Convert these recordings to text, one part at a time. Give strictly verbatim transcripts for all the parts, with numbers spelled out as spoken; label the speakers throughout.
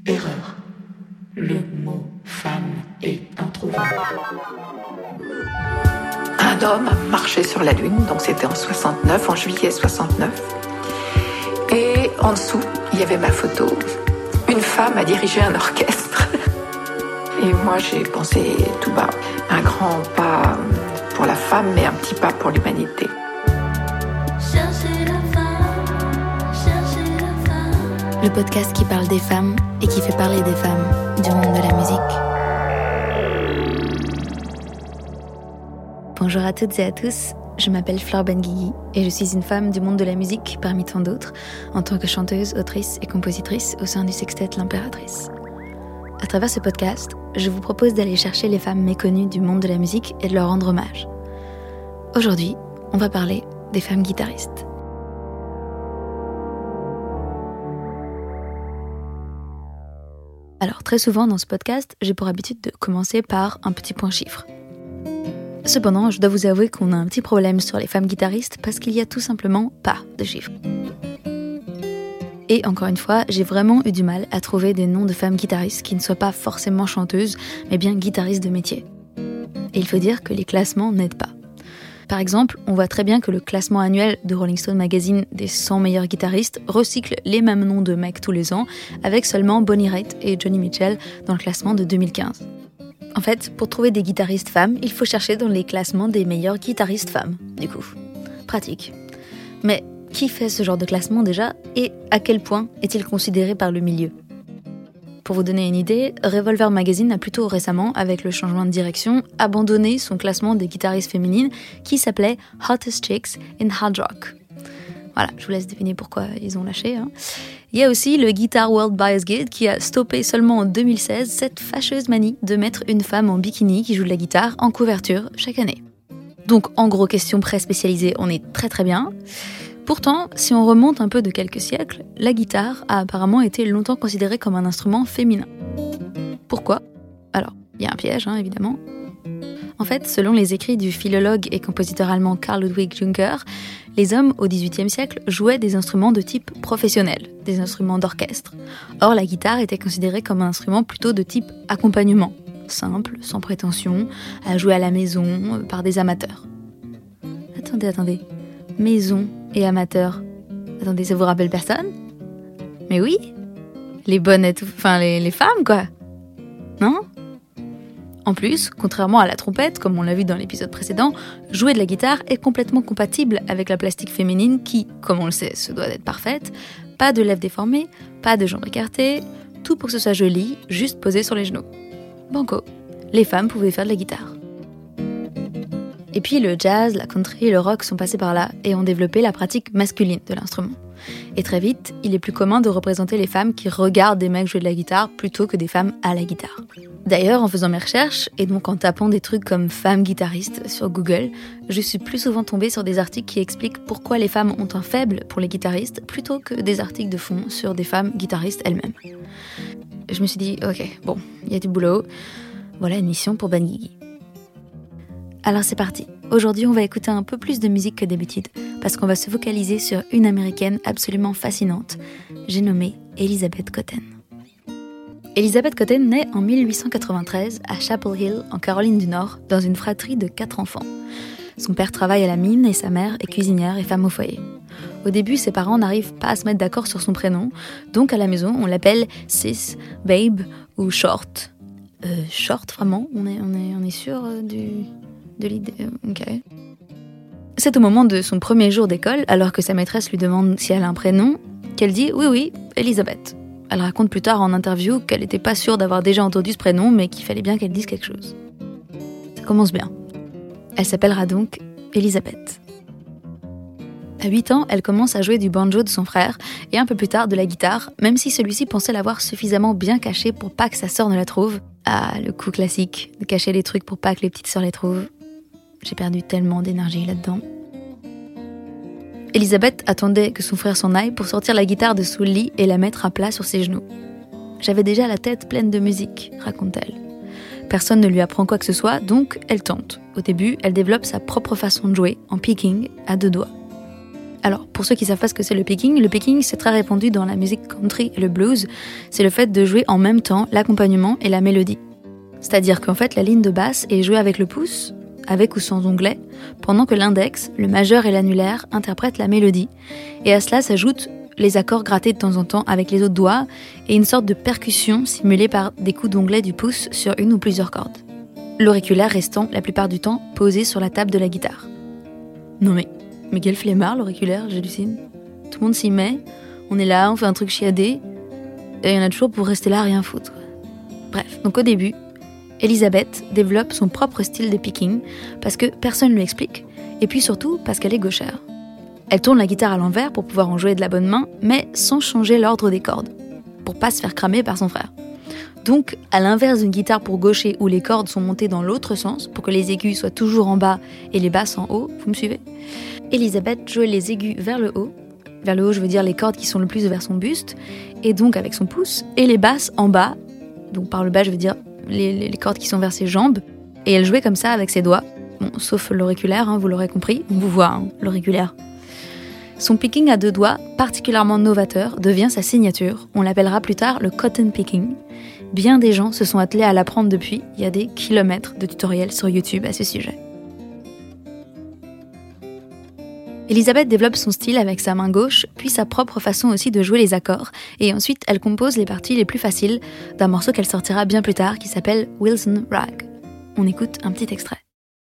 Speaker 1: Erreur. Le mot femme est introuvable. Un homme marchait sur la Lune, donc c'était en soixante-neuf, en juillet soixante-neuf. Et en dessous, il y avait ma photo. Une femme a dirigé un orchestre. Et moi, j'ai pensé tout bas, un grand pas pour la femme, mais un petit pas pour l'humanité.
Speaker 2: Cherchez la femme, cherchez la femme.
Speaker 3: Le podcast qui parle des femmes et qui fait parler des femmes du monde de la musique. Bonjour à toutes et à tous, je m'appelle Fleur Benguigui et je suis une femme du monde de la musique parmi tant d'autres, en tant que chanteuse, autrice et compositrice au sein du sextet L'Impératrice. À travers ce podcast, je vous propose d'aller chercher les femmes méconnues du monde de la musique et de leur rendre hommage. Aujourd'hui, on va parler des femmes guitaristes. Alors, très souvent dans ce podcast, j'ai pour habitude de commencer par un petit point chiffre. Cependant, je dois vous avouer qu'on a un petit problème sur les femmes guitaristes parce qu'il y a tout simplement pas de chiffres. Et encore une fois, j'ai vraiment eu du mal à trouver des noms de femmes guitaristes qui ne soient pas forcément chanteuses, mais bien guitaristes de métier. Et il faut dire que les classements n'aident pas. Par exemple, on voit très bien que le classement annuel de Rolling Stone Magazine des cent meilleurs guitaristes recycle les mêmes noms de mecs tous les ans, avec seulement Bonnie Raitt et Joni Mitchell dans le classement de deux mille quinze. En fait, pour trouver des guitaristes femmes, il faut chercher dans les classements des meilleures guitaristes femmes, du coup. Pratique. Mais qui fait ce genre de classement déjà, et à quel point est-il considéré par le milieu ? Pour vous donner une idée, Revolver Magazine a plutôt récemment, avec le changement de direction, abandonné son classement des guitaristes féminines qui s'appelait Hottest Chicks in Hard Rock. Voilà, je vous laisse deviner pourquoi ils ont lâché. Hein. Il y a aussi le Guitar World Bias Guide qui a stoppé seulement en deux mille seize cette fâcheuse manie de mettre une femme en bikini qui joue de la guitare en couverture chaque année. Donc en gros, question très spécialisée, on est très très bien. Pourtant, si on remonte un peu de quelques siècles, la guitare a apparemment été longtemps considérée comme un instrument féminin. Pourquoi ? Alors, il y a un piège, hein, évidemment. En fait, selon les écrits du philologue et compositeur allemand Karl Ludwig Juncker, les hommes au dix-huitième siècle jouaient des instruments de type professionnel, des instruments d'orchestre. Or, la guitare était considérée comme un instrument plutôt de type accompagnement, simple, sans prétention, à jouer à la maison, par des amateurs. Attendez, attendez. Maison et amateur. Attendez, ça vous rappelle personne ? Mais oui, les bonnes, enfin les, les femmes quoi. Non ? En plus, contrairement à la trompette, comme on l'a vu dans l'épisode précédent, jouer de la guitare est complètement compatible avec la plastique féminine qui, comme on le sait, se doit d'être parfaite. Pas de lèvres déformées, pas de jambes écartées, tout pour que ce soit joli, juste posé sur les genoux. Banco, les femmes pouvaient faire de la guitare. Et puis le jazz, la country et le rock sont passés par là et ont développé la pratique masculine de l'instrument. Et très vite, il est plus commun de représenter les femmes qui regardent des mecs jouer de la guitare plutôt que des femmes à la guitare. D'ailleurs, en faisant mes recherches, et donc en tapant des trucs comme « femmes guitaristes » sur Google, je suis plus souvent tombée sur des articles qui expliquent pourquoi les femmes ont un faible pour les guitaristes plutôt que des articles de fond sur des femmes guitaristes elles-mêmes. Je me suis dit, ok, bon, il y a du boulot, voilà une mission pour Benguigui. Alors c'est parti. Aujourd'hui, on va écouter un peu plus de musique que d'habitude, parce qu'on va se focaliser sur une américaine absolument fascinante. J'ai nommé Elizabeth Cotten. Elizabeth Cotten naît en mille huit cent quatre-vingt-treize à Chapel Hill, en Caroline du Nord, dans une fratrie de quatre enfants. Son père travaille à la mine et sa mère est cuisinière et femme au foyer. Au début, ses parents n'arrivent pas à se mettre d'accord sur son prénom, donc à la maison, on l'appelle Sis, Babe ou Short. Euh, Short, vraiment ? On est, on est, on est sûr euh, du... de l'idée, ok. C'est au moment de son premier jour d'école, alors que sa maîtresse lui demande si elle a un prénom, qu'elle dit oui oui, Elisabeth. Elle raconte plus tard en interview qu'elle n'était pas sûre d'avoir déjà entendu ce prénom, mais qu'il fallait bien qu'elle dise quelque chose. Ça commence bien. Elle s'appellera donc Elisabeth. À huit ans, elle commence à jouer du banjo de son frère, et un peu plus tard de la guitare, même si celui-ci pensait l'avoir suffisamment bien caché pour pas que sa sœur ne la trouve. Ah, le coup classique, de cacher les trucs pour pas que les petites sœurs les trouvent. J'ai perdu tellement d'énergie là-dedans. Elisabeth attendait que son frère s'en aille pour sortir la guitare de sous le lit et la mettre à plat sur ses genoux. J'avais déjà la tête pleine de musique, raconte-t-elle. Personne ne lui apprend quoi que ce soit, donc elle tente. Au début, elle développe sa propre façon de jouer, en picking, à deux doigts. Alors, pour ceux qui ne savent pas ce que c'est le picking, le picking, c'est très répandu dans la musique country et le blues. C'est le fait de jouer en même temps l'accompagnement et la mélodie. C'est-à-dire qu'en fait, la ligne de basse est jouée avec le pouce, avec ou sans onglet, pendant que l'index, le majeur et l'annulaire interprètent la mélodie. Et à cela s'ajoutent les accords grattés de temps en temps avec les autres doigts et une sorte de percussion simulée par des coups d'onglet du pouce sur une ou plusieurs cordes. L'auriculaire restant, la plupart du temps, posé sur la table de la guitare. Non mais, mais quel flemmard l'auriculaire, j'hallucine. Tout le monde s'y met, on est là, on fait un truc chiadé, et il y en a toujours pour rester là à rien foutre. Bref, donc au début, Elisabeth développe son propre style de picking parce que personne ne lui explique, et puis surtout parce qu'elle est gauchère. Elle tourne la guitare à l'envers pour pouvoir en jouer de la bonne main, mais sans changer l'ordre des cordes, pour pas se faire cramer par son frère. Donc, à l'inverse d'une guitare pour gaucher où les cordes sont montées dans l'autre sens, pour que les aigus soient toujours en bas et les basses en haut, vous me suivez ? Elisabeth jouait les aigus vers le haut, vers le haut je veux dire les cordes qui sont le plus vers son buste, et donc avec son pouce, et les basses en bas, donc par le bas je veux dire les, les, les cordes qui sont vers ses jambes, et elle jouait comme ça avec ses doigts, bon, sauf l'auriculaire, hein, vous l'aurez compris, on vous voit, hein, l'auriculaire. Son picking à deux doigts, particulièrement novateur, devient sa signature. On l'appellera plus tard le cotton picking. Bien des gens se sont attelés à l'apprendre depuis. Il y a des kilomètres de tutoriels sur YouTube à ce sujet. Elisabeth développe son style avec sa main gauche, puis sa propre façon aussi de jouer les accords. Et ensuite, elle compose les parties les plus faciles d'un morceau qu'elle sortira bien plus tard qui s'appelle Wilson Rag. On écoute un petit extrait.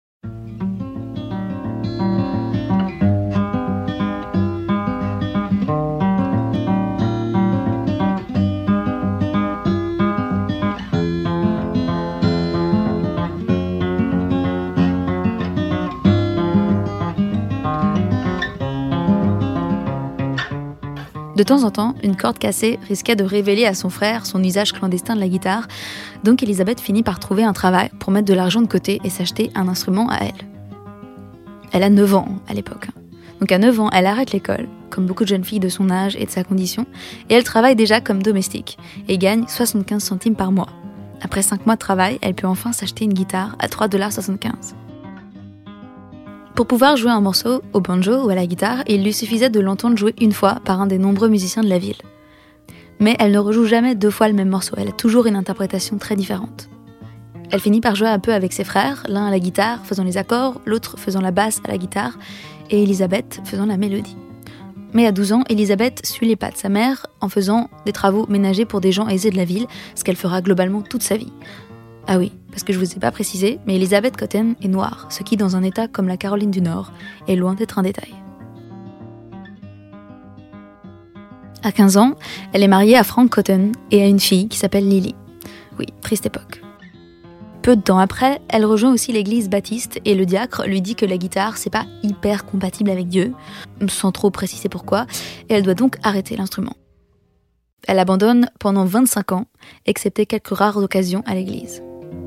Speaker 3: De temps en temps, une corde cassée risquait de révéler à son frère son usage clandestin de la guitare, donc Elisabeth finit par trouver un travail pour mettre de l'argent de côté et s'acheter un instrument à elle. Elle a neuf ans à l'époque. Donc à neuf ans, elle arrête l'école, comme beaucoup de jeunes filles de son âge et de sa condition, et elle travaille déjà comme domestique, et gagne soixante-quinze centimes par mois. Après cinq mois de travail, elle peut enfin s'acheter une guitare à trois dollars soixante-quinze. Pour pouvoir jouer un morceau au banjo ou à la guitare, il lui suffisait de l'entendre jouer une fois par un des nombreux musiciens de la ville. Mais elle ne rejoue jamais deux fois le même morceau, elle a toujours une interprétation très différente. Elle finit par jouer un peu avec ses frères, l'un à la guitare faisant les accords, l'autre faisant la basse à la guitare, et Elisabeth faisant la mélodie. Mais à douze ans, Elisabeth suit les pas de sa mère en faisant des travaux ménagers pour des gens aisés de la ville, ce qu'elle fera globalement toute sa vie. Ah oui, parce que je vous ai pas précisé, mais Elisabeth Cotton est noire, ce qui, dans un état comme la Caroline du Nord, est loin d'être un détail. À quinze ans, elle est mariée à Frank Cotton et a une fille qui s'appelle Lily. Oui, triste époque. Peu de temps après, elle rejoint aussi l'église baptiste et le diacre lui dit que la guitare, c'est pas hyper compatible avec Dieu, sans trop préciser pourquoi, et elle doit donc arrêter l'instrument. Elle abandonne pendant vingt-cinq ans, excepté quelques rares occasions à l'église.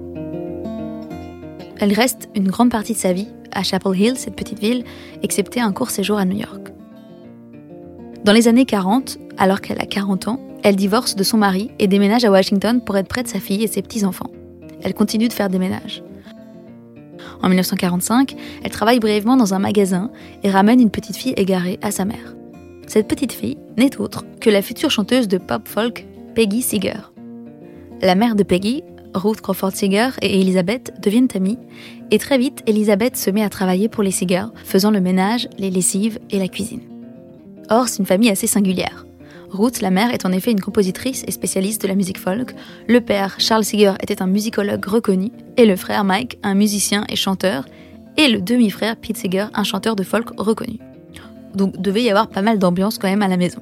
Speaker 3: Elle reste une grande partie de sa vie à Chapel Hill, cette petite ville, excepté un court séjour à New York. Dans les années quarante, alors qu'elle a quarante ans, elle divorce de son mari et déménage à Washington pour être près de sa fille et ses petits-enfants. Elle continue de faire des ménages. En dix-neuf cent quarante-cinq, elle travaille brièvement dans un magasin et ramène une petite fille égarée à sa mère. Cette petite fille n'est autre que la future chanteuse de pop folk Peggy Seeger. La mère de Peggy, Ruth Crawford Seeger, et Elisabeth deviennent amies, et très vite, Elisabeth se met à travailler pour les Seeger, faisant le ménage, les lessives et la cuisine. Or, c'est une famille assez singulière. Ruth, la mère, est en effet une compositrice et spécialiste de la musique folk. Le père, Charles Seeger, était un musicologue reconnu, et le frère Mike, un musicien et chanteur, et le demi-frère Pete Seeger, un chanteur de folk reconnu. Donc, devait y avoir pas mal d'ambiance quand même à la maison.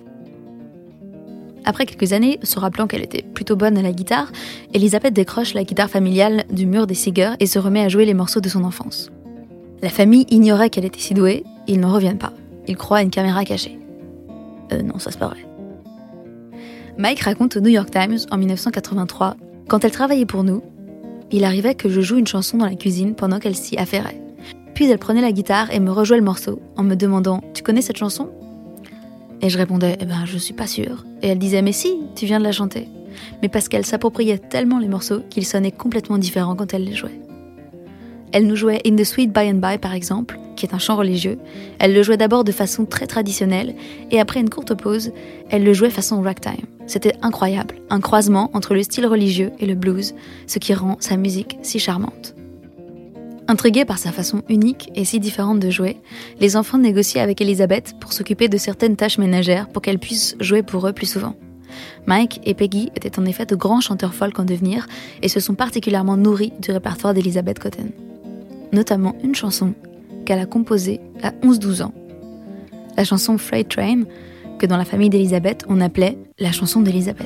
Speaker 3: Après quelques années, se rappelant qu'elle était plutôt bonne à la guitare, Elisabeth décroche la guitare familiale du mur des Seeger et se remet à jouer les morceaux de son enfance. La famille ignorait qu'elle était si douée, ils n'en reviennent pas. Ils croient à une caméra cachée. Euh, non, ça c'est pas vrai. Mike raconte au New York Times en dix-neuf cent quatre-vingt-trois, « Quand elle travaillait pour nous, il arrivait que je joue une chanson dans la cuisine pendant qu'elle s'y affairait. Puis elle prenait la guitare et me rejouait le morceau en me demandant « Tu connais cette chanson ?» Et je répondais, eh ben, je suis pas sûre. Et elle disait, mais si, tu viens de la chanter. Mais parce qu'elle s'appropriait tellement les morceaux qu'ils sonnaient complètement différents quand elle les jouait. Elle nous jouait In the Sweet By and By par exemple, qui est un chant religieux. Elle le jouait d'abord de façon très traditionnelle et après une courte pause, elle le jouait façon ragtime. C'était incroyable, un croisement entre le style religieux et le blues, ce qui rend sa musique si charmante. Intrigués par sa façon unique et si différente de jouer, les enfants négociaient avec Elizabeth pour s'occuper de certaines tâches ménagères pour qu'elle puisse jouer pour eux plus souvent. Mike et Peggy étaient en effet de grands chanteurs folk en devenir et se sont particulièrement nourris du répertoire d'Elizabeth Cotten. Notamment une chanson qu'elle a composée à onze douze ans. La chanson Freight Train, que dans la famille d'Elizabeth, on appelait la chanson d'Elizabeth.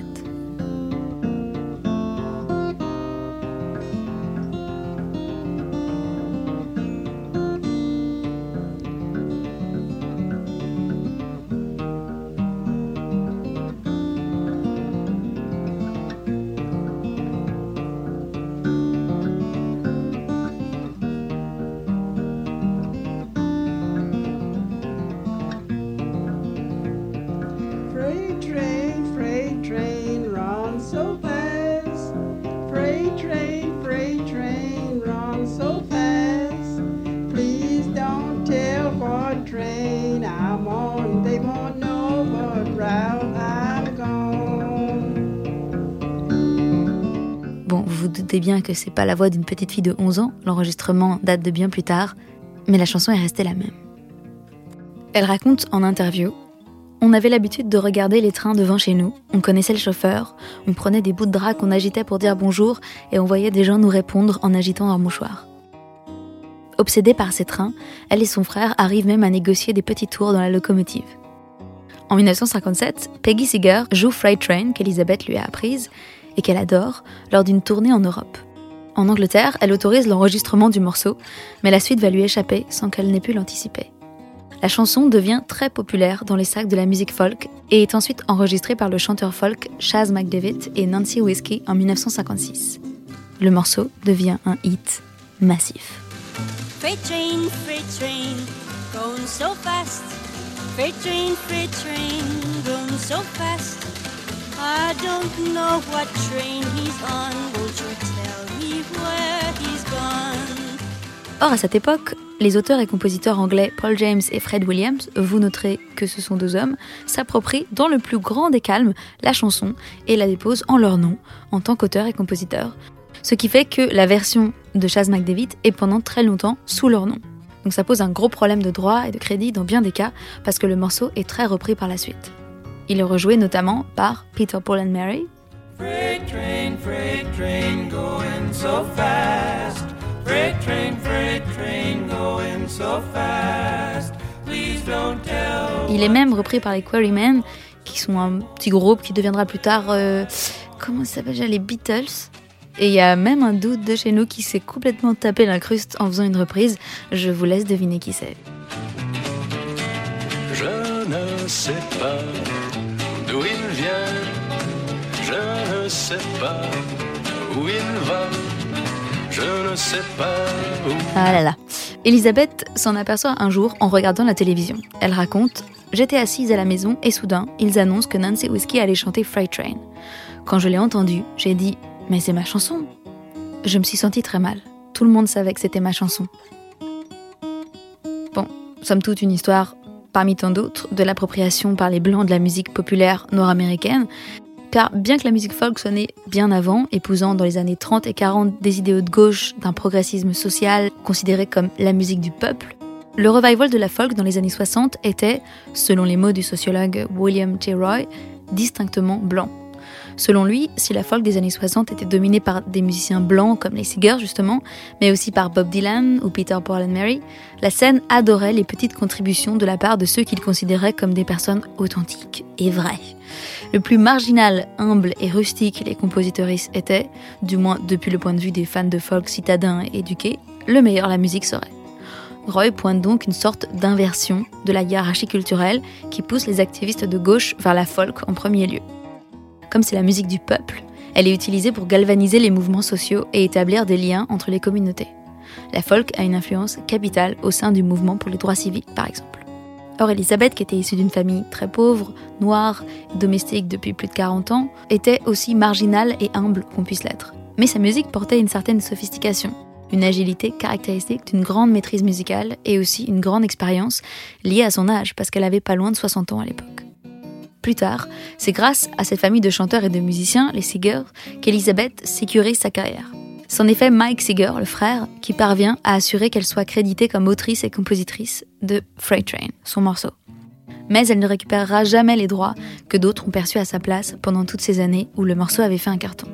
Speaker 3: Bon, vous vous doutez bien que c'est pas la voix d'une petite fille de onze ans, l'enregistrement date de bien plus tard, mais la chanson est restée la même. Elle raconte en interview: on avait l'habitude de regarder les trains devant chez nous, on connaissait le chauffeur, on prenait des bouts de drap qu'on agitait pour dire bonjour et on voyait des gens nous répondre en agitant leur mouchoir. Obsédée par ces trains, elle et son frère arrivent même à négocier des petits tours dans la locomotive. En dix-neuf cent cinquante-sept, Peggy Seeger joue Freight Train qu'Elizabeth lui a apprise et qu'elle adore lors d'une tournée en Europe. En Angleterre, elle autorise l'enregistrement du morceau, mais la suite va lui échapper sans qu'elle n'ait pu l'anticiper. La chanson devient très populaire dans les sacs de la musique folk et est ensuite enregistrée par le chanteur folk Chas McDavid et Nancy Whiskey en dix-neuf cent cinquante-six. Le morceau devient un hit massif.
Speaker 2: Freight train, freight train, going so fast. Freight train, freight train, going so fast. I don't know what train he's on. Won't you tell me where he's gone?
Speaker 3: Or, à cette époque, les auteurs et compositeurs anglais Paul James et Fred Williams, vous noterez que ce sont deux hommes, s'approprient dans le plus grand des calmes la chanson et la déposent en leur nom, en tant qu'auteurs et compositeurs. Ce qui fait que la version de Chas McDavid est pendant très longtemps sous leur nom. Donc ça pose un gros problème de droit et de crédit dans bien des cas, parce que le morceau est très repris par la suite. Il est rejoué notamment par Peter, Paul and Mary.
Speaker 4: Freight train, freight train, going so fast. Freight train, freight train, going so fast. Please don't tell.
Speaker 3: Il est même repris par les Quarrymen, qui sont un petit groupe qui deviendra plus tard, euh, comment ça s'appelle déjà, les Beatles. Et il y a même un dude de chez nous qui s'est complètement tapé l'incruste en faisant une reprise. Je vous laisse deviner qui c'est.
Speaker 4: Je ne sais pas d'où il vient. Je ne sais pas où il va. Je ne sais pas où...
Speaker 3: Ah là là. Elisabeth s'en aperçoit un jour en regardant la télévision. Elle raconte: j'étais assise à la maison et soudain, ils annoncent que Nancy Whiskey allait chanter Freight Train. Quand je l'ai entendue, j'ai dit: mais c'est ma chanson. Je me suis sentie très mal. Tout le monde savait que c'était ma chanson. Bon, somme toute une histoire, parmi tant d'autres, de l'appropriation par les Blancs de la musique populaire nord-américaine, car bien que la musique folk soit née bien avant, épousant dans les années trente et quarante des idéaux de gauche d'un progressisme social considéré comme la musique du peuple, le revival de la folk dans les années soixante était, selon les mots du sociologue William J. Roy, distinctement blanc. Selon lui, si la folk des années soixante était dominée par des musiciens blancs comme les Seeger justement, mais aussi par Bob Dylan ou Peter, Paul and Mary, la scène adorait les petites contributions de la part de ceux qu'il considérait comme des personnes authentiques et vraies. Le plus marginal, humble et rustique les compositeuristes étaient, du moins depuis le point de vue des fans de folk citadins et éduqués, le meilleur la musique serait. Roy pointe donc une sorte d'inversion de la hiérarchie culturelle qui pousse les activistes de gauche vers la folk en premier lieu. Comme c'est la musique du peuple, elle est utilisée pour galvaniser les mouvements sociaux et établir des liens entre les communautés. La folk a une influence capitale au sein du mouvement pour les droits civiques, par exemple. Or, Elisabeth, qui était issue d'une famille très pauvre, noire, domestique depuis plus de quarante ans, était aussi marginale et humble qu'on puisse l'être. Mais sa musique portait une certaine sophistication. Une agilité caractéristique d'une grande maîtrise musicale et aussi une grande expérience liée à son âge, parce qu'elle avait pas loin de soixante ans à l'époque. Plus tard, c'est grâce à cette famille de chanteurs et de musiciens, les Seeger, qu'Elizabeth sécurise sa carrière. C'est en effet Mike Seeger, le frère, qui parvient à assurer qu'elle soit créditée comme autrice et compositrice de Freight Train, son morceau. Mais elle ne récupérera jamais les droits que d'autres ont perçus à sa place pendant toutes ces années où le morceau avait fait un carton.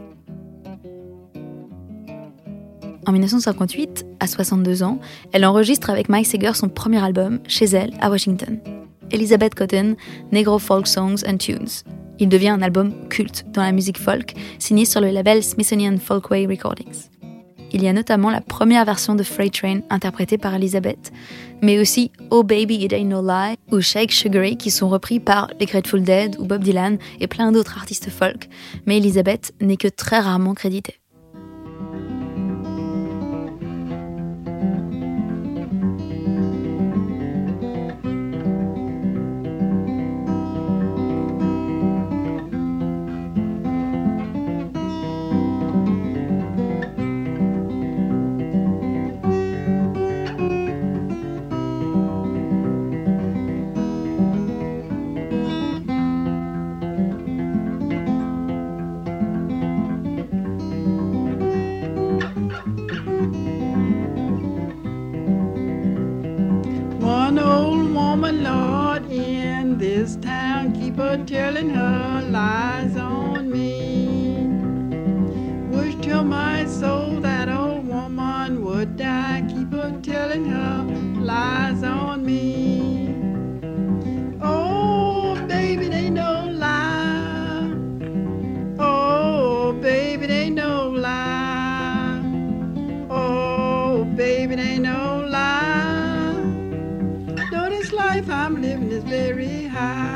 Speaker 3: En dix-neuf cent cinquante-huit, à soixante-deux ans, elle enregistre avec Mike Seeger son premier album, chez elle, à Washington. Elizabeth Cotten, Negro Folk Songs and Tunes. Il devient un album culte dans la musique folk, signé sur le label Smithsonian Folkway Recordings. Il y a notamment la première version de Freight Train interprétée par Elizabeth, mais aussi Oh Baby It Ain't No Lie ou Shake Sugary qui sont repris par les Grateful Dead ou Bob Dylan et plein d'autres artistes folk, mais Elizabeth n'est que très rarement créditée.
Speaker 5: Telling her lies on me. Wish to my soul that old woman would die. Keep her telling her lies on me. Oh, baby, they no lie. Oh, baby, they no lie. Oh, baby, they no lie. Though this life I'm living is very high.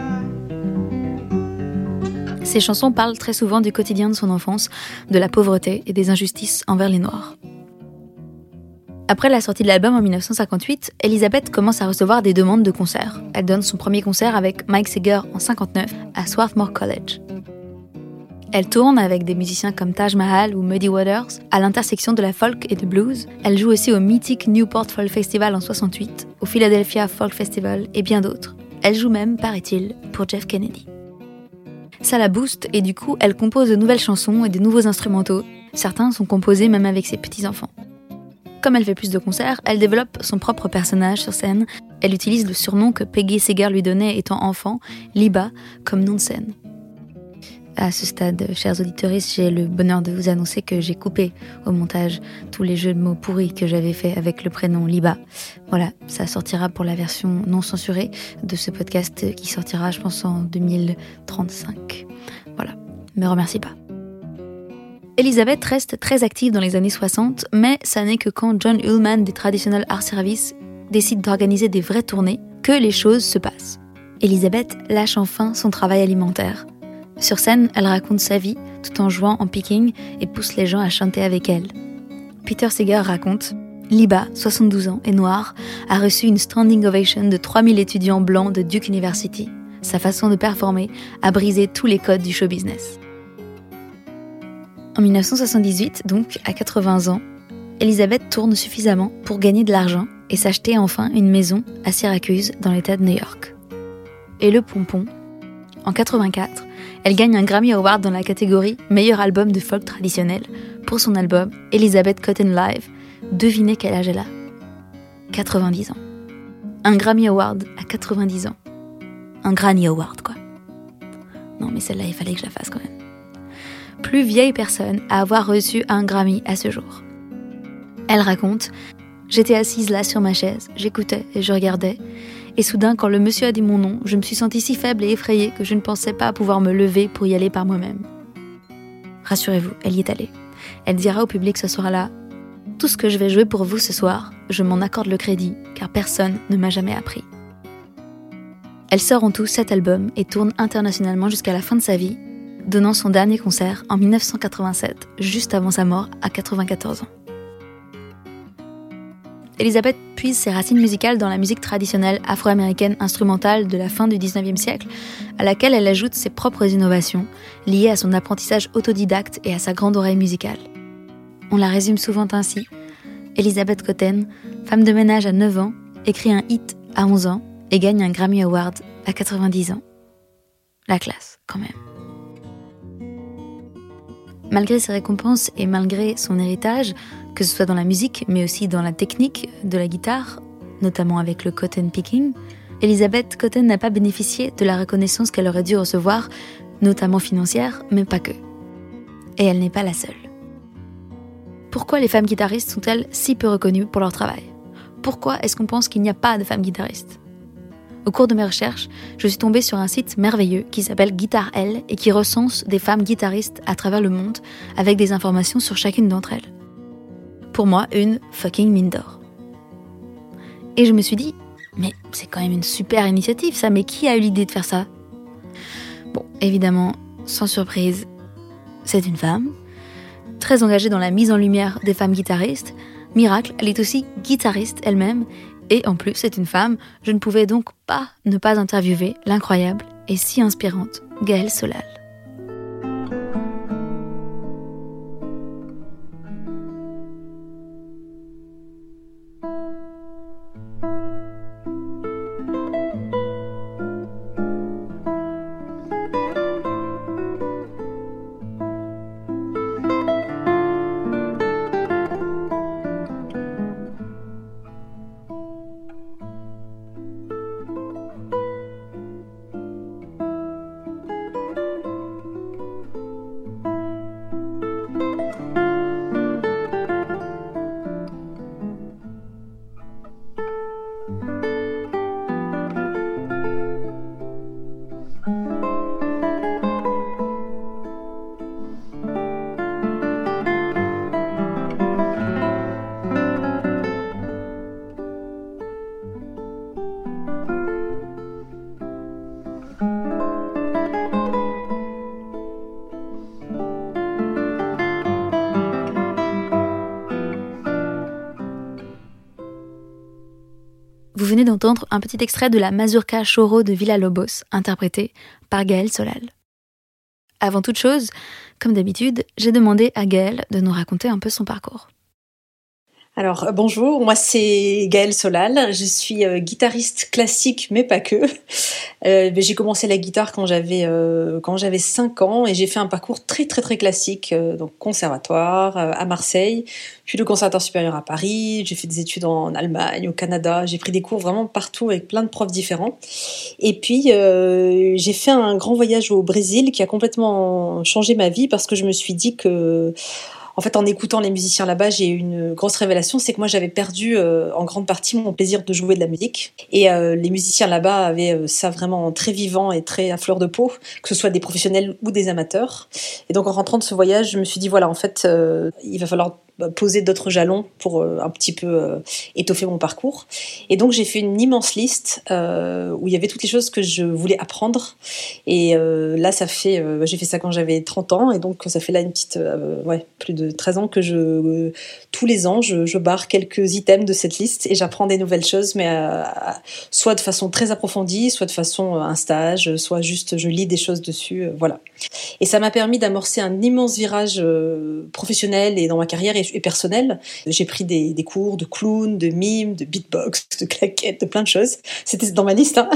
Speaker 3: Ces chansons parlent très souvent du quotidien de son enfance, de la pauvreté et des injustices envers les Noirs. Après la sortie de l'album en dix-neuf cent cinquante-huit, Elizabeth commence à recevoir des demandes de concerts. Elle donne son premier concert avec Mike Seeger en cinquante-neuf à Swarthmore College. Elle tourne avec des musiciens comme Taj Mahal ou Muddy Waters à l'intersection de la folk et du blues. Elle joue aussi au mythique Newport Folk Festival en soixante-huit, au Philadelphia Folk Festival et bien d'autres. Elle joue même, paraît-il, pour Jeff Kennedy. Ça la booste et du coup, elle compose de nouvelles chansons et de nouveaux instrumentaux. Certains sont composés même avec ses petits-enfants. Comme elle fait plus de concerts, elle développe son propre personnage sur scène. Elle utilise le surnom que Peggy Seeger lui donnait étant enfant, Liba, comme nom de scène. À ce stade, chers auditeurs, j'ai le bonheur de vous annoncer que j'ai coupé au montage tous les jeux de mots pourris que j'avais fait avec le prénom Liba. Voilà, ça sortira pour la version non censurée de ce podcast qui sortira, je pense, en deux mille trente-cinq. Voilà, me remercie pas. Elizabeth reste très active dans les années soixante, mais ça n'est que quand John Ullman des Traditional Art Service décide d'organiser des vraies tournées que les choses se passent. Elizabeth lâche enfin son travail alimentaire. Sur scène, elle raconte sa vie tout en jouant en picking et pousse les gens à chanter avec elle. Peter Seeger raconte « Liba, soixante-douze ans et noire, a reçu une standing ovation de trois mille étudiants blancs de Duke University. Sa façon de performer a brisé tous les codes du show business. » En dix-neuf cent soixante-dix-huit, donc à quatre-vingts ans, Elizabeth tourne suffisamment pour gagner de l'argent et s'acheter enfin une maison à Syracuse dans l'État de New York. Et le pompon, en quatre-vingt-quatre, elle gagne un Grammy Award dans la catégorie Meilleur album de folk traditionnel pour son album Elizabeth Cotten Live. Devinez quel âge elle a ? quatre-vingt-dix ans. Un Grammy Award à quatre-vingt-dix ans. Un Granny Award, quoi. Non, mais celle-là, il fallait que je la fasse quand même. Plus vieille personne à avoir reçu un Grammy à ce jour. Elle raconte « J'étais assise là sur ma chaise, j'écoutais et je regardais. Et soudain, quand le monsieur a dit mon nom, je me suis sentie si faible et effrayée que je ne pensais pas pouvoir me lever pour y aller par moi-même. » Rassurez-vous, elle y est allée. Elle dira au public ce soir-là « Tout ce que je vais jouer pour vous ce soir, je m'en accorde le crédit, car personne ne m'a jamais appris. » Elle sort en tout sept albums et tourne internationalement jusqu'à la fin de sa vie, donnant son dernier concert en dix-neuf cent quatre-vingt-sept, juste avant sa mort à quatre-vingt-quatorze ans. Elizabeth puise ses racines musicales dans la musique traditionnelle afro-américaine instrumentale de la fin du dix-neuvième siècle, à laquelle elle ajoute ses propres innovations, liées à son apprentissage autodidacte et à sa grande oreille musicale. On la résume souvent ainsi, Elizabeth Cotten, femme de ménage à neuf ans, écrit un hit à onze ans et gagne un Grammy Award à quatre-vingt-dix ans. La classe, quand même. Malgré ses récompenses et malgré son héritage, que ce soit dans la musique, mais aussi dans la technique de la guitare, notamment avec le cotton picking, Elizabeth Cotten n'a pas bénéficié de la reconnaissance qu'elle aurait dû recevoir, notamment financière, mais pas que. Et elle n'est pas la seule. Pourquoi les femmes guitaristes sont-elles si peu reconnues pour leur travail ? Pourquoi est-ce qu'on pense qu'il n'y a pas de femmes guitaristes ? Au cours de mes recherches, je suis tombée sur un site merveilleux qui s'appelle Guitar Elle et qui recense des femmes guitaristes à travers le monde avec des informations sur chacune d'entre elles. Pour moi, une fucking mine d'or. Et je me suis dit, mais c'est quand même une super initiative ça, mais qui a eu l'idée de faire ça ? Bon, évidemment, sans surprise, c'est une femme, très engagée dans la mise en lumière des femmes guitaristes. Miracle, elle est aussi guitariste elle-même, et en plus c'est une femme, je ne pouvais donc pas ne pas interviewer l'incroyable et si inspirante Gaëlle Solal. Vous venez d'entendre un petit extrait de la Mazurka Choro de Villa-Lobos, interprétée par Gaëlle Solal. Avant toute chose, comme d'habitude, j'ai demandé à Gaëlle de nous raconter un peu son parcours.
Speaker 6: Alors euh, bonjour, moi c'est Gaëlle Solal, je suis euh, guitariste classique mais pas que. Euh, j'ai commencé la guitare quand j'avais euh, quand j'avais cinq ans et j'ai fait un parcours très très très classique, euh, donc conservatoire euh, à Marseille, puis le conservatoire supérieur à Paris, j'ai fait des études en Allemagne, au Canada, j'ai pris des cours vraiment partout avec plein de profs différents. Et puis euh, j'ai fait un grand voyage au Brésil qui a complètement changé ma vie parce que je me suis dit que en fait, en écoutant les musiciens là-bas, j'ai eu une grosse révélation, c'est que moi, j'avais perdu euh, en grande partie mon plaisir de jouer de la musique. Et euh, les musiciens là-bas avaient euh, ça vraiment très vivant et très à fleur de peau, que ce soit des professionnels ou des amateurs. Et donc, en rentrant de ce voyage, je me suis dit, voilà, en fait, euh, il va falloir poser d'autres jalons pour euh, un petit peu euh, étoffer mon parcours. Et donc, j'ai fait une immense liste euh, où il y avait toutes les choses que je voulais apprendre. Et euh, là, ça fait, euh, j'ai fait ça quand j'avais trente ans. Et donc, ça fait là une petite, euh, ouais, plus de treize ans que je, euh, tous les ans, je, je barre quelques items de cette liste et j'apprends des nouvelles choses, mais euh, soit de façon très approfondie, soit de façon euh, un stage, soit juste je lis des choses dessus, euh, voilà. Et ça m'a permis d'amorcer un immense virage euh, professionnel et dans ma carrière et, et personnelle. J'ai pris des, des cours de clown, de mime, de beatbox, de claquettes, de plein de choses. C'était dans ma liste, hein.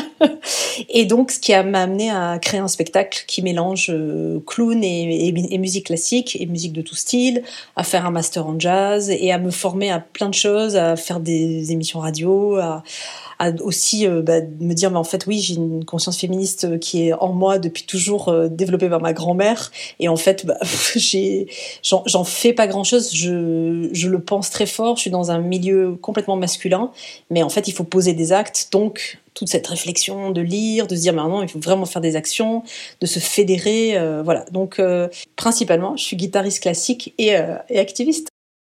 Speaker 6: Et donc, ce qui a, m'a amené à créer un spectacle qui mélange euh, clown et, et, et musique classique et musique de tout style, à faire un master en jazz et à me former à plein de choses, à faire des émissions radio, à, à aussi euh, bah, me dire mais en fait oui, j'ai une conscience féministe qui est en moi depuis toujours, euh, développée par ma grand-mère, et en fait bah, j'ai, j'en, j'en fais pas grand-chose, je, je le pense très fort, je suis dans un milieu complètement masculin, mais en fait il faut poser des actes, donc toute cette réflexion de lire, de se dire mais non, il faut vraiment faire des actions, de se fédérer, euh, voilà. Donc euh, principalement, je suis guitariste classique et, euh, et activiste.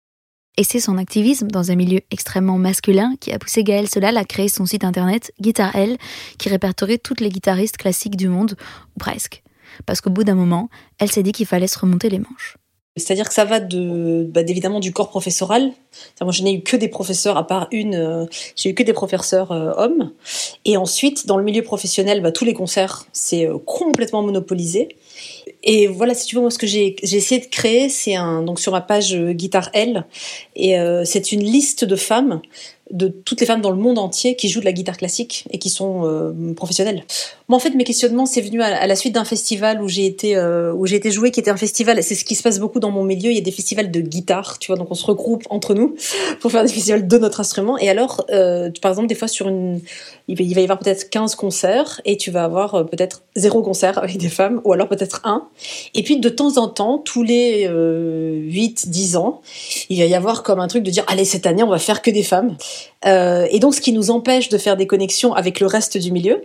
Speaker 3: Et c'est son activisme dans un milieu extrêmement masculin qui a poussé Gaëlle Solal à créer son site internet Guitar Elle, qui répertorie toutes les guitaristes classiques du monde, ou presque. Parce qu'au bout d'un moment, elle s'est dit qu'il fallait se remonter les manches.
Speaker 6: C'est-à-dire que ça va de, bah, évidemment du corps professoral. Moi, je n'ai eu que des professeurs, à part une, euh, j'ai eu que des professeurs euh, hommes. Et ensuite, dans le milieu professionnel, bah, tous les concerts, c'est euh, complètement monopolisé. Et voilà, si tu veux, moi, ce que j'ai, j'ai essayé de créer, c'est un, donc sur ma page euh, Guitare L, et euh, c'est une liste de femmes, de toutes les femmes dans le monde entier qui jouent de la guitare classique et qui sont euh, professionnelles. Moi, en fait, mes questionnements, c'est venu à, à la suite d'un festival où j'ai été, euh, où j'ai été jouer, qui était un festival. C'est ce qui se passe beaucoup dans mon milieu. Il y a des festivals de guitare, tu vois, donc on se regroupe entre nous pour faire des festivals de notre instrument. Et alors, euh, par exemple, des fois sur une, il va y avoir peut-être quinze concerts et tu vas avoir euh, peut-être zéro concert avec des femmes, ou alors peut-être un. Et puis de temps en temps, tous les euh, huit dix ans, il va y avoir comme un truc de dire allez, cette année on va faire que des femmes. Euh, et donc ce qui nous empêche de faire des connexions avec le reste du milieu,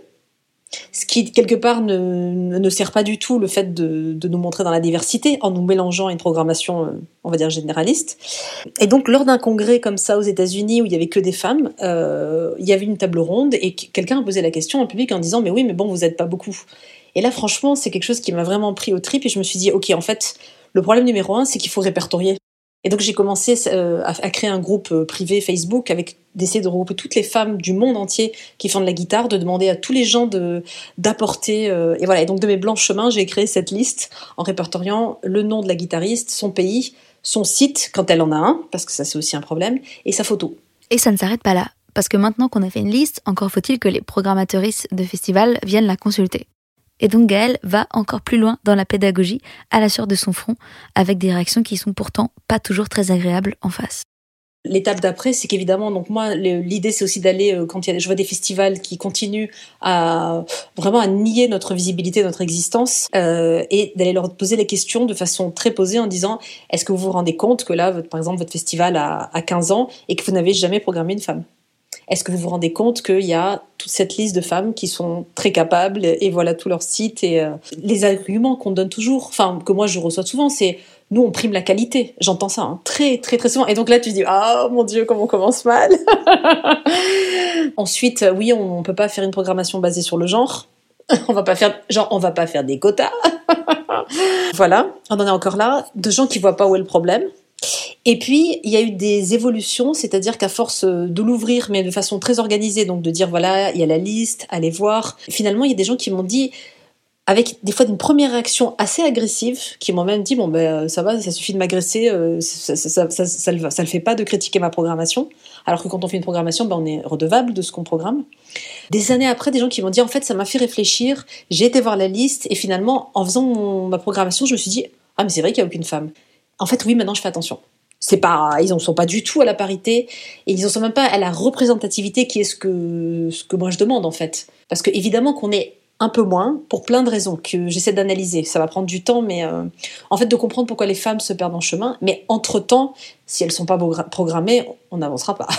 Speaker 6: ce qui quelque part ne, ne sert pas du tout le fait de, de nous montrer dans la diversité en nous mélangeant à une programmation, on va dire, généraliste. Et donc lors d'un congrès comme ça aux États-Unis où il y avait que des femmes, euh, il y avait une table ronde et quelqu'un a posé la question en public en disant mais oui, mais bon, vous n'êtes pas beaucoup. Et là franchement c'est quelque chose qui m'a vraiment pris au trip et je me suis dit ok, en fait le problème numéro un c'est qu'il faut répertorier. Et donc j'ai commencé euh, à, à créer un groupe euh, privé Facebook avec d'essayer de regrouper toutes les femmes du monde entier qui font de la guitare, de demander à tous les gens de d'apporter euh, et voilà. Et donc de mes blancs chemins, j'ai créé cette liste en répertoriant le nom de la guitariste, son pays, son site quand elle en a un, parce que ça c'est aussi un problème, et sa photo.
Speaker 3: Et ça ne s'arrête pas là, parce que maintenant qu'on a fait une liste, encore faut-il que les programmatrices de festivals viennent la consulter. Et donc Gaëlle va encore plus loin dans la pédagogie, à la sueur de son front, avec des réactions qui sont pourtant pas toujours très agréables en face.
Speaker 6: L'étape d'après, c'est qu'évidemment, donc moi, l'idée, c'est aussi d'aller, quand il y a, je vois des festivals qui continuent à vraiment à nier notre visibilité, notre existence, euh, et d'aller leur poser les questions de façon très posée en disant, est-ce que vous vous rendez compte que là, votre, par exemple, votre festival a, a quinze ans et que vous n'avez jamais programmé une femme ? Est-ce que vous vous rendez compte qu'il y a toute cette liste de femmes qui sont très capables et voilà tout leur site et euh, les arguments qu'on donne toujours, enfin que moi je reçois souvent, c'est nous on prime la qualité. J'entends ça hein, très très très souvent et donc là tu te dis ah oh, mon Dieu comment on commence mal. Ensuite oui on, on peut pas faire une programmation basée sur le genre. On va pas faire genre on va pas faire des quotas. Voilà, on en est encore là de gens qui voient pas où est le problème. Et puis, il y a eu des évolutions, c'est-à-dire qu'à force de l'ouvrir, mais de façon très organisée, donc de dire, voilà, il y a la liste, allez voir. Finalement, il y a des gens qui m'ont dit, avec des fois une première réaction assez agressive, qui m'ont même dit, bon, ben, ça va, ça suffit de m'agresser, euh, ça, ça, ça, ça, ça, ça, ça le fait pas de critiquer ma programmation. Alors que quand on fait une programmation, ben, on est redevable de ce qu'on programme. Des années après, des gens qui m'ont dit, en fait, ça m'a fait réfléchir, j'ai été voir la liste, et finalement, en faisant mon, ma programmation, je me suis dit, ah, mais c'est vrai qu'il n'y a aucune femme. En fait, oui, maintenant, je fais attention. C'est pas, ils en sont pas du tout à la parité et ils en sont même pas à la représentativité qui est ce que, ce que moi je demande en fait. Parce que évidemment qu'on est un peu moins pour plein de raisons que j'essaie d'analyser. Ça va prendre du temps, mais euh, en fait de comprendre pourquoi les femmes se perdent en chemin. Mais entre-temps, si elles sont pas programmées, on n'avancera pas.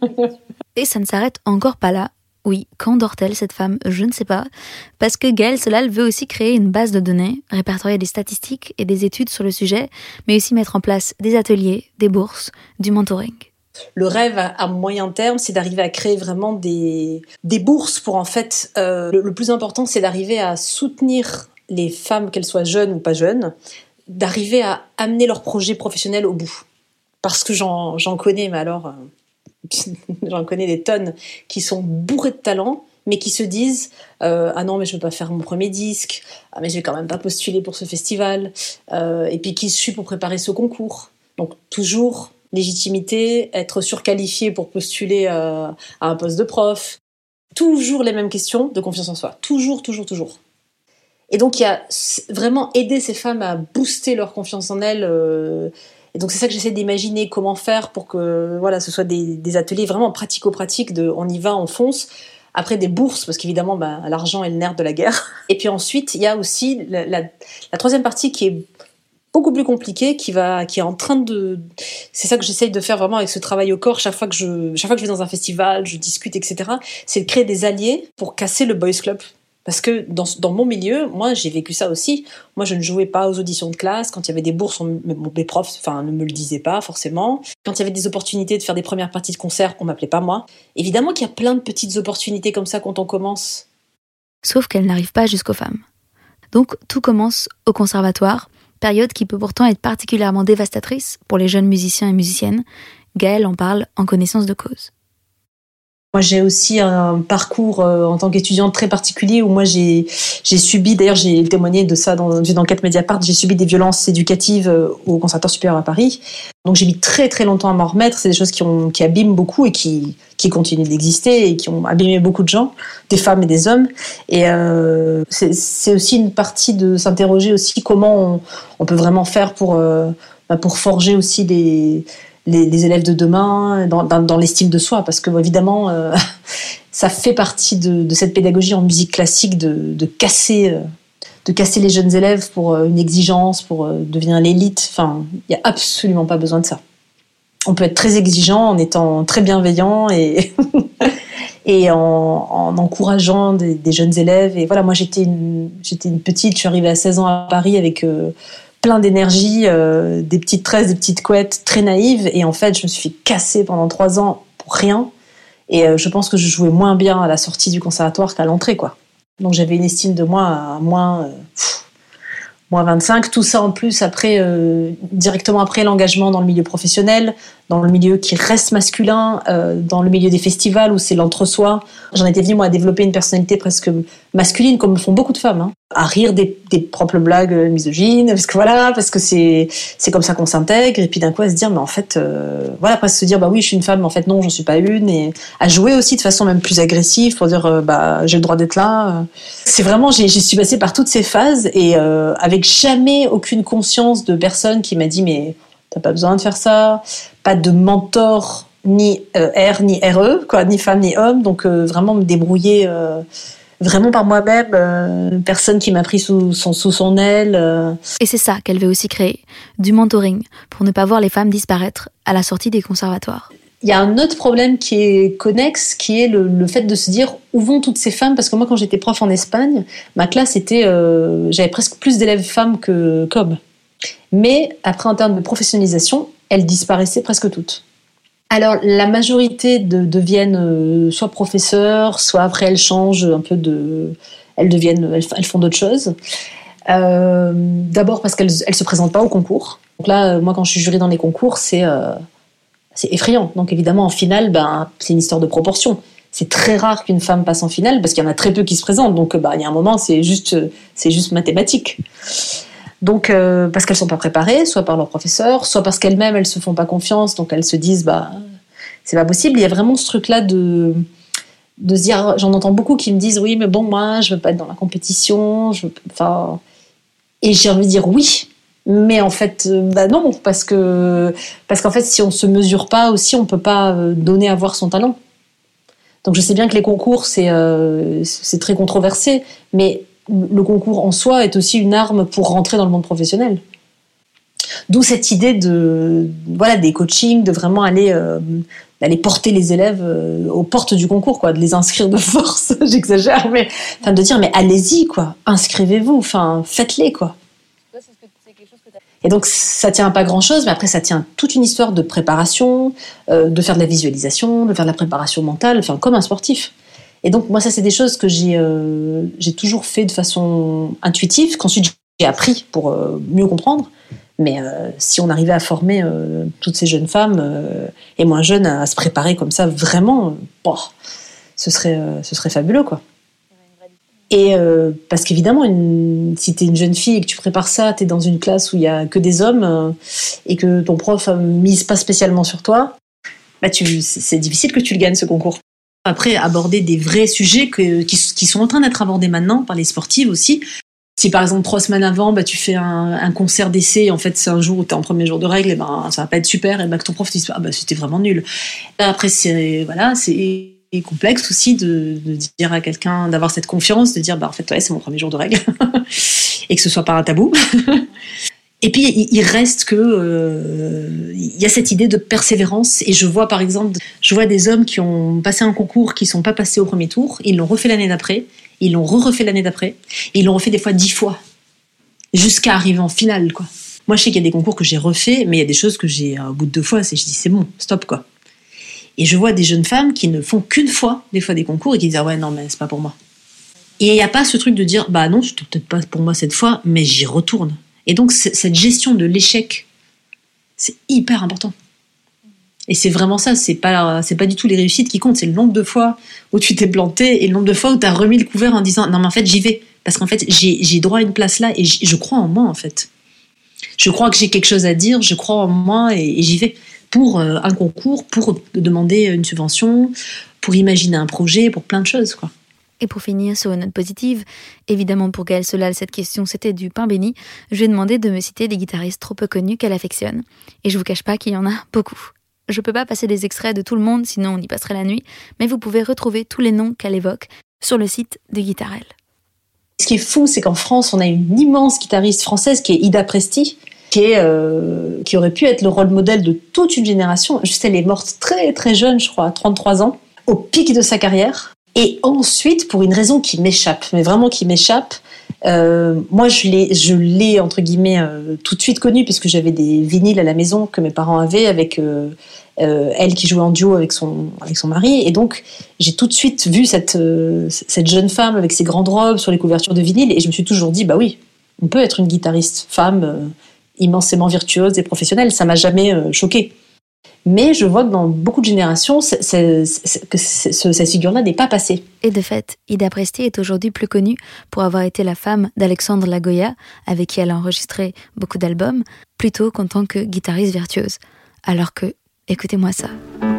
Speaker 3: Et ça ne s'arrête encore pas là. Oui, quand dort-elle cette femme ? Je ne sais pas. Parce que Gaëlle Solal veut aussi créer une base de données, répertorier des statistiques et des études sur le sujet, mais aussi mettre en place des ateliers, des bourses, du mentoring.
Speaker 6: Le rêve à moyen terme, c'est d'arriver à créer vraiment des, des bourses pour en fait... Euh, le, le plus important, c'est d'arriver à soutenir les femmes, qu'elles soient jeunes ou pas jeunes, d'arriver à amener leur projet professionnel au bout. Parce que j'en, j'en connais, mais alors... Euh, j'en connais des tonnes qui sont bourrées de talent mais qui se disent euh, ah non mais je veux pas faire mon premier disque, ah mais je vais quand même pas postuler pour ce festival, euh, et puis qui suis pour préparer ce concours. Donc toujours légitimité, être surqualifié pour postuler euh, à un poste de prof, toujours les mêmes questions de confiance en soi, toujours toujours toujours. Et donc il y a vraiment aider ces femmes à booster leur confiance en elles. euh, Et donc c'est ça que j'essaie d'imaginer, comment faire pour que voilà, ce soit des, des ateliers vraiment pratico-pratiques, de on y va, on fonce. Après des bourses, parce qu'évidemment bah, l'argent est le nerf de la guerre. Et puis ensuite, il y a aussi la, la, la troisième partie qui est beaucoup plus compliquée, qui, va, qui est en train de... C'est ça que j'essaie de faire vraiment avec ce travail au corps, chaque fois que je, chaque fois que je vais dans un festival, je discute, et cetera. C'est de créer des alliés pour casser le boys club. Parce que dans, dans mon milieu, moi, j'ai vécu ça aussi. Moi, je ne jouais pas aux auditions de classe. Quand il y avait des bourses, on, mes profs enfin, ne me le disaient pas forcément. Quand il y avait des opportunités de faire des premières parties de concert, on m'appelait pas moi. Évidemment qu'il y a plein de petites opportunités comme ça quand on commence.
Speaker 3: Sauf qu'elles n'arrivent pas jusqu'aux femmes. Donc, tout commence au conservatoire, période qui peut pourtant être particulièrement dévastatrice pour les jeunes musiciens et musiciennes. Gaëlle en parle en connaissance de cause.
Speaker 6: Moi, j'ai aussi un parcours euh, en tant qu'étudiante très particulier où moi, j'ai, j'ai subi, d'ailleurs, j'ai témoigné de ça dans une enquête Mediapart, j'ai subi des violences éducatives euh, au Conservatoire supérieur à Paris. Donc, j'ai mis très, très longtemps à m'en remettre. C'est des choses qui, ont, qui abîment beaucoup et qui, qui continuent d'exister et qui ont abîmé beaucoup de gens, des femmes et des hommes. Et euh, c'est, c'est aussi une partie de s'interroger aussi comment on, on peut vraiment faire pour, euh, pour forger aussi des... Les, les élèves de demain, dans, dans, dans l'estime de soi, parce que évidemment, euh, ça fait partie de, de cette pédagogie en musique classique de, de casser, euh, de casser les jeunes élèves pour euh, une exigence, pour euh, devenir l'élite. Enfin, il n'y a absolument pas besoin de ça. On peut être très exigeant en étant très bienveillant et et en, en encourageant des, des jeunes élèves. Et voilà, moi j'étais une, j'étais une petite, je suis arrivée à seize ans à Paris avec euh, plein d'énergie, euh, des petites tresses, des petites couettes, très naïves. Et en fait, je me suis fait casser pendant trois ans pour rien. Et euh, je pense que je jouais moins bien à la sortie du conservatoire qu'à l'entrée, quoi. Donc j'avais une estime de moi à moins, euh, pff, moins vingt-cinq. Tout ça en plus, après, euh, directement après l'engagement dans le milieu professionnel, dans le milieu qui reste masculin, euh, dans le milieu des festivals où c'est l'entre-soi. J'en étais venue, moi, à développer une personnalité presque masculine, comme le font beaucoup de femmes, hein. À rire des, des propres blagues misogynes, parce que voilà, parce que c'est, c'est comme ça qu'on s'intègre, et puis d'un coup à se dire, mais en fait, euh, voilà, presque se dire, bah oui, je suis une femme, mais en fait non, j'en suis pas une, et à jouer aussi de façon même plus agressive pour dire, euh, bah j'ai le droit d'être là. C'est vraiment, j'ai, j'y suis passée par toutes ces phases, et euh, avec jamais aucune conscience de personne qui m'a dit, mais t'as pas besoin de faire ça, pas de mentor, ni euh, R, ni R E, quoi, ni femme, ni homme, donc euh, vraiment me débrouiller... Euh, vraiment par moi-même, euh, personne qui m'a pris sous son, sous son aile. Euh.
Speaker 3: Et c'est ça qu'elle veut aussi créer, du mentoring, pour ne pas voir les femmes disparaître à la sortie des conservatoires.
Speaker 6: Il y a un autre problème qui est connexe, qui est le, le fait de se dire où vont toutes ces femmes, parce que moi quand j'étais prof en Espagne, ma classe était, euh, j'avais presque plus d'élèves femmes que qu'hommes. Mais après en termes de professionnalisation, elles disparaissaient presque toutes. Alors, la majorité de, deviennent euh, soit professeurs, soit après elles changent un peu de... Elles deviennent... Elles, elles font d'autres choses. Euh, d'abord parce qu'elles ne se présentent pas au concours. Donc là, moi, quand je suis jury dans les concours, c'est, euh, c'est effrayant. Donc évidemment, en finale, ben, c'est une histoire de proportion. C'est très rare qu'une femme passe en finale, parce qu'il y en a très peu qui se présentent. Donc ben, il y a un moment, c'est juste, c'est juste mathématique. Donc, euh, parce qu'elles ne sont pas préparées, soit par leurs professeurs, soit parce qu'elles-mêmes, elles ne se font pas confiance, donc elles se disent, bah, c'est pas possible. Il y a vraiment ce truc-là de, de se dire, j'en entends beaucoup qui me disent, oui, mais bon, moi, je veux pas être dans la compétition, je veux, enfin, et j'ai envie de dire oui, mais en fait, bah non, parce que, parce qu'en fait, si on se mesure pas aussi, on peut pas donner à voir son talent. Donc, je sais bien que les concours, c'est, euh, c'est très controversé, mais le concours en soi est aussi une arme pour rentrer dans le monde professionnel. D'où cette idée de, voilà, des coachings, de vraiment aller, euh, d'aller porter les élèves euh, aux portes du concours, quoi, de les inscrire de force, j'exagère, mais enfin, de dire, mais allez-y, quoi, inscrivez-vous, enfin, faites-les, quoi. Et donc, ça tient à pas grand-chose, mais après, ça tient toute une histoire de préparation, euh, de faire de la visualisation, de faire de la préparation mentale, enfin, comme un sportif. Et donc, moi, ça, c'est des choses que j'ai, euh, j'ai toujours fait de façon intuitive, qu'ensuite j'ai appris pour euh, mieux comprendre. Mais euh, si on arrivait à former euh, toutes ces jeunes femmes, euh, et moins jeunes, à, à se préparer comme ça, vraiment, euh, bon, ce serait, euh, ce serait fabuleux, quoi. Et euh, parce qu'évidemment, une, si t'es une jeune fille et que tu prépares ça, t'es dans une classe où il y a que des hommes, euh, et que ton prof ne mise pas spécialement sur toi, bah tu, c'est, c'est difficile que tu le gagnes, ce concours. Après, aborder des vrais sujets que, qui, qui sont en train d'être abordés maintenant par les sportives aussi. Si par exemple trois semaines avant, bah, tu fais un, un concert d'essai, en fait c'est un jour où tu es en premier jour de règle, et ben, ça va pas être super, et ben, que ton prof te dise ah, bah, c'était vraiment nul. Après, c'est, voilà, c'est complexe aussi de, de dire à quelqu'un, d'avoir cette confiance, de dire bah, en fait, ouais, c'est mon premier jour de règle, et que ce soit pas un tabou. Et puis, il reste que euh, il y a cette idée de persévérance. Et je vois, par exemple, je vois des hommes qui ont passé un concours, qui sont pas passés au premier tour. Ils l'ont refait l'année d'après. Ils l'ont re-refait l'année d'après. Et ils l'ont refait des fois dix fois. Jusqu'à arriver en finale, quoi. Moi, je sais qu'il y a des concours que j'ai refaits, mais il y a des choses que j'ai, au bout de deux fois, c'est, je dis, c'est bon, stop, quoi. Et je vois des jeunes femmes qui ne font qu'une fois, des fois, des concours, et qui disent, ah ouais, non, mais c'est pas pour moi. Et il n'y a pas ce truc de dire, bah non, c'est peut-être pas pour moi cette fois, mais j'y retourne. Et donc, cette gestion de l'échec, c'est hyper important. Et c'est vraiment ça, c'est pas, c'est pas du tout les réussites qui comptent, c'est le nombre de fois où tu t'es planté et le nombre de fois où tu as remis le couvert en disant non mais en fait j'y vais, parce qu'en fait j'ai, j'ai droit à une place là et je crois en moi en fait. Je crois que j'ai quelque chose à dire, je crois en moi et, et j'y vais pour euh, un concours, pour demander une subvention, pour imaginer un projet, pour plein de choses quoi.
Speaker 3: Et pour finir sur une note positive, évidemment pour Gaëlle Solal cette question c'était du pain béni, je lui ai demandé de me citer des guitaristes trop peu connus qu'elle affectionne. Et je vous cache pas qu'il y en a beaucoup. Je peux pas passer des extraits de tout le monde, sinon on y passerait la nuit, mais vous pouvez retrouver tous les noms qu'elle évoque sur le site de Guitarelle.
Speaker 6: Ce qui est fou, c'est qu'en France, on a une immense guitariste française qui est Ida Presti, qui, est, euh, qui aurait pu être le rôle modèle de toute une génération. Juste, elle est morte très très jeune, je crois, à trente-trois ans, au pic de sa carrière. Et ensuite, pour une raison qui m'échappe, mais vraiment qui m'échappe, euh, moi je l'ai, je l'ai entre guillemets euh, tout de suite connue puisque j'avais des vinyles à la maison que mes parents avaient avec euh, euh, elle qui jouait en duo avec son avec son mari, et donc j'ai tout de suite vu cette euh, cette jeune femme avec ses grandes robes sur les couvertures de vinyle et je me suis toujours dit bah oui, on peut être une guitariste femme euh, immensément virtuose et professionnelle, ça m'a jamais euh, choquée. Mais je vois que dans beaucoup de générations, c'est, c'est, c'est, que c'est, ce, cette figure-là n'est pas passée.
Speaker 3: Et de fait, Ida Presti est aujourd'hui plus connue pour avoir été la femme d'Alexandre Lagoya, avec qui elle a enregistré beaucoup d'albums, plutôt qu'en tant que guitariste virtuose. Alors que, écoutez-moi ça.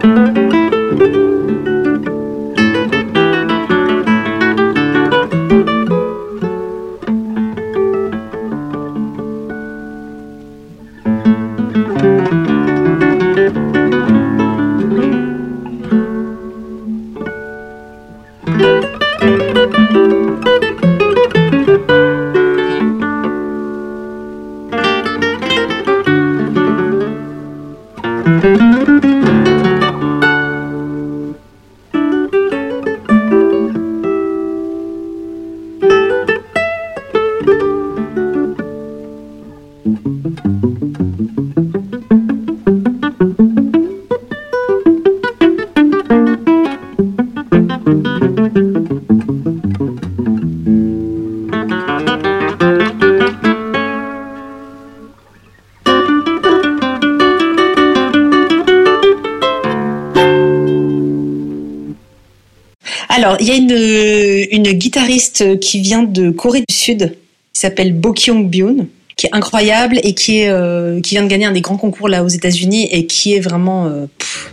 Speaker 6: Alors, il y a une, une guitariste qui vient de Corée du Sud, qui s'appelle Bo Kyung-byun, qui est incroyable et qui, est, euh, qui vient de gagner un des grands concours là aux États-Unis et qui est vraiment... Euh,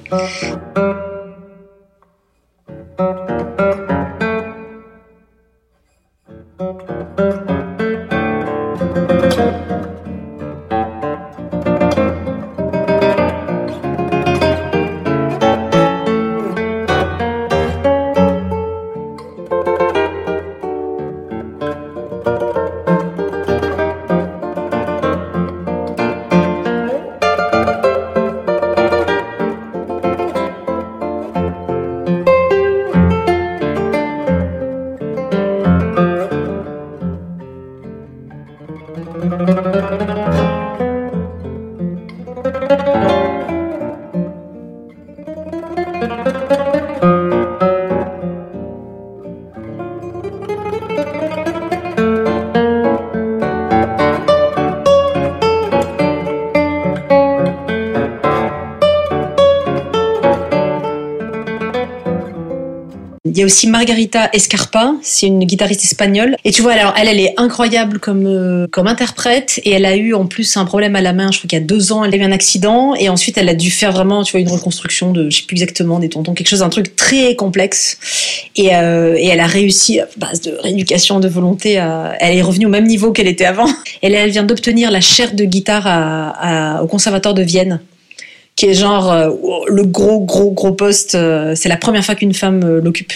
Speaker 6: Il y a aussi Margarita Escarpa, c'est une guitariste espagnole. Et tu vois, alors elle, elle est incroyable comme euh, comme interprète. Et elle a eu en plus un problème à la main. Je crois qu'il y a deux ans, elle a eu un accident. Et ensuite, elle a dû faire vraiment, tu vois, une reconstruction de, je sais plus exactement, des tendons, quelque chose, un truc très complexe. Et, euh, et elle a réussi, à base de rééducation, de volonté, à, elle est revenue au même niveau qu'elle était avant. Et là, elle vient d'obtenir la chaire de guitare à, à, au Conservatoire de Vienne, qui est genre euh, le gros, gros, gros poste. Euh, c'est la première fois qu'une femme euh, l'occupe.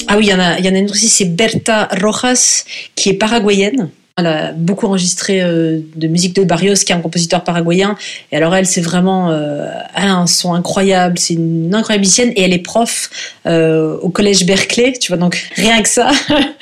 Speaker 6: Ah oui, il y en a, il y en a une autre aussi, c'est Berta Rojas, qui est paraguayenne. Elle a beaucoup enregistré euh, de musique de Barrios, qui est un compositeur paraguayen. Et alors elle, c'est vraiment, euh, elle a un son incroyable, c'est une incroyable musicienne et elle est prof euh, au collège Berkeley, tu vois, donc rien que ça.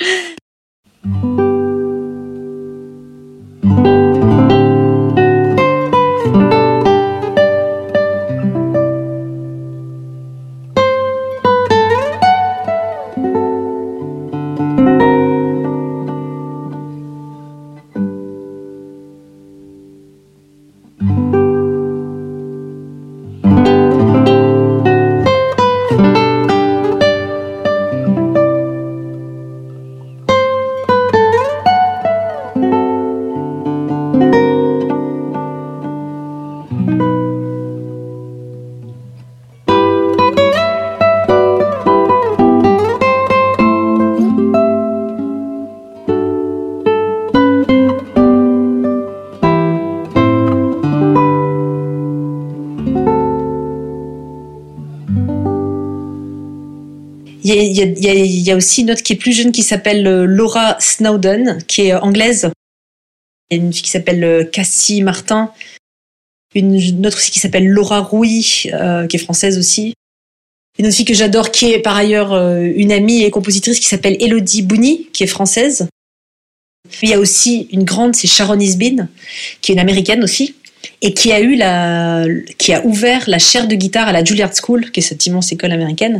Speaker 6: Il y, a, il, y a, il y a aussi une autre qui est plus jeune qui s'appelle Laura Snowden, qui est anglaise. Il y a une fille qui s'appelle Cassie Martin. Une, une autre aussi qui s'appelle Laura Rouy, euh, qui est française aussi. Une autre fille que j'adore, qui est par ailleurs euh, une amie et compositrice, qui s'appelle Elodie Bouni, qui est française. Puis il y a aussi une grande, c'est Sharon Isbin, qui est une américaine aussi, et qui a eu la, qui a ouvert la chaire de guitare à la Juilliard School, qui est cette immense école américaine.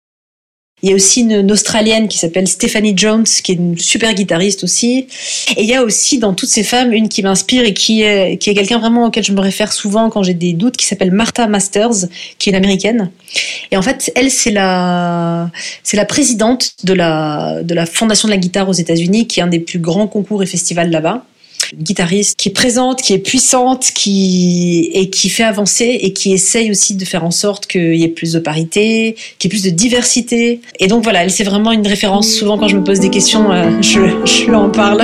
Speaker 6: Il y a aussi une, une Australienne qui s'appelle Stephanie Jones, qui est une super guitariste aussi. Et il y a aussi dans toutes ces femmes une qui m'inspire et qui est, qui est quelqu'un vraiment auquel je me réfère souvent quand j'ai des doutes, qui s'appelle Martha Masters, qui est une américaine. Et en fait, elle, c'est la, c'est la présidente de la, de la Fondation de la guitare aux États-Unis, qui est un des plus grands concours et festivals là-bas. Une guitariste qui est présente, qui est puissante, qui et qui fait avancer et qui essaye aussi de faire en sorte qu'il y ait plus de parité, qu'il y ait plus de diversité. Et donc voilà, elle c'est vraiment une référence. Souvent quand je me pose des questions, euh, je, je lui en parle.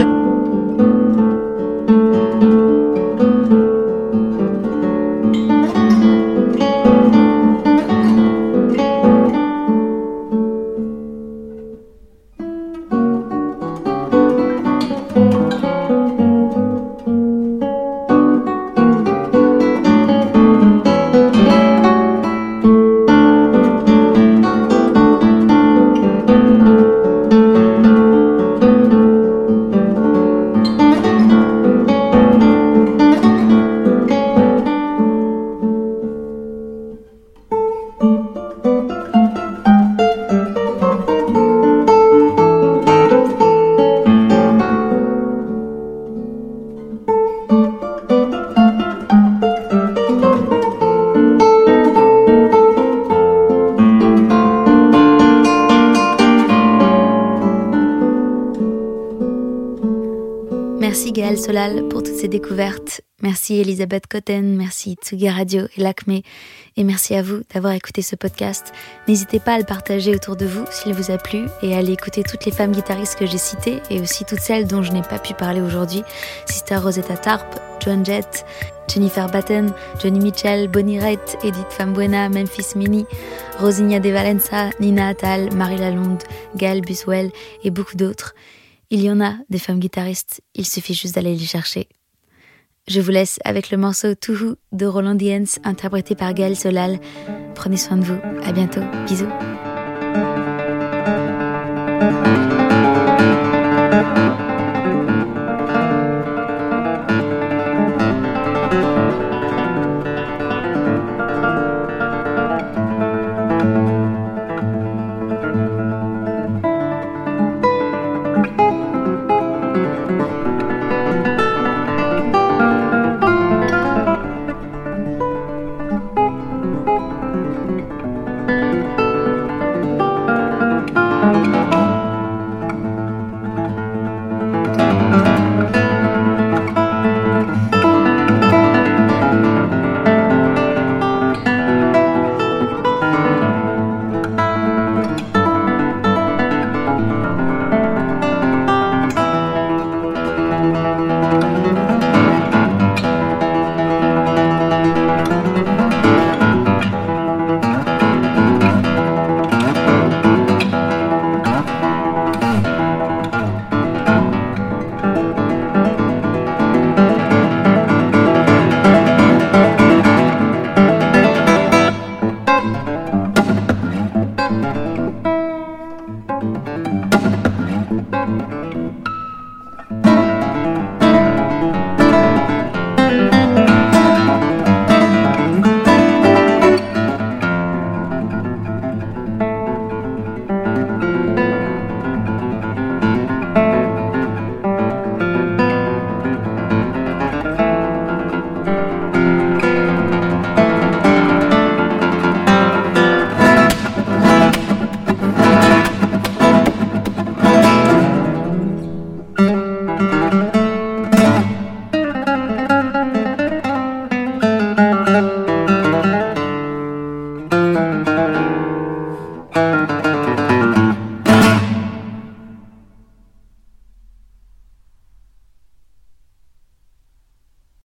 Speaker 3: Merci Gaëlle Solal pour toutes ces découvertes. Merci Elisabeth Cotten, merci Tsugi Radio et l'Acme. Et merci à vous d'avoir écouté ce podcast. N'hésitez pas à le partager autour de vous s'il vous a plu et à aller écouter toutes les femmes guitaristes que j'ai citées et aussi toutes celles dont je n'ai pas pu parler aujourd'hui. Sister Rosetta Tharpe, Joan Jett, Jennifer Batten, Joni Mitchell, Bonnie Raitt, Edith Fambuena, Memphis Minnie, Rosinia de Valença, Nina Attal, Marie Lalonde, Gaëlle Buswell et beaucoup d'autres. Il y en a des femmes guitaristes, il suffit juste d'aller les chercher. Je vous laisse avec le morceau To Who de Roland Diens, interprété par Gaëlle Solal. Prenez soin de vous, à bientôt, bisous.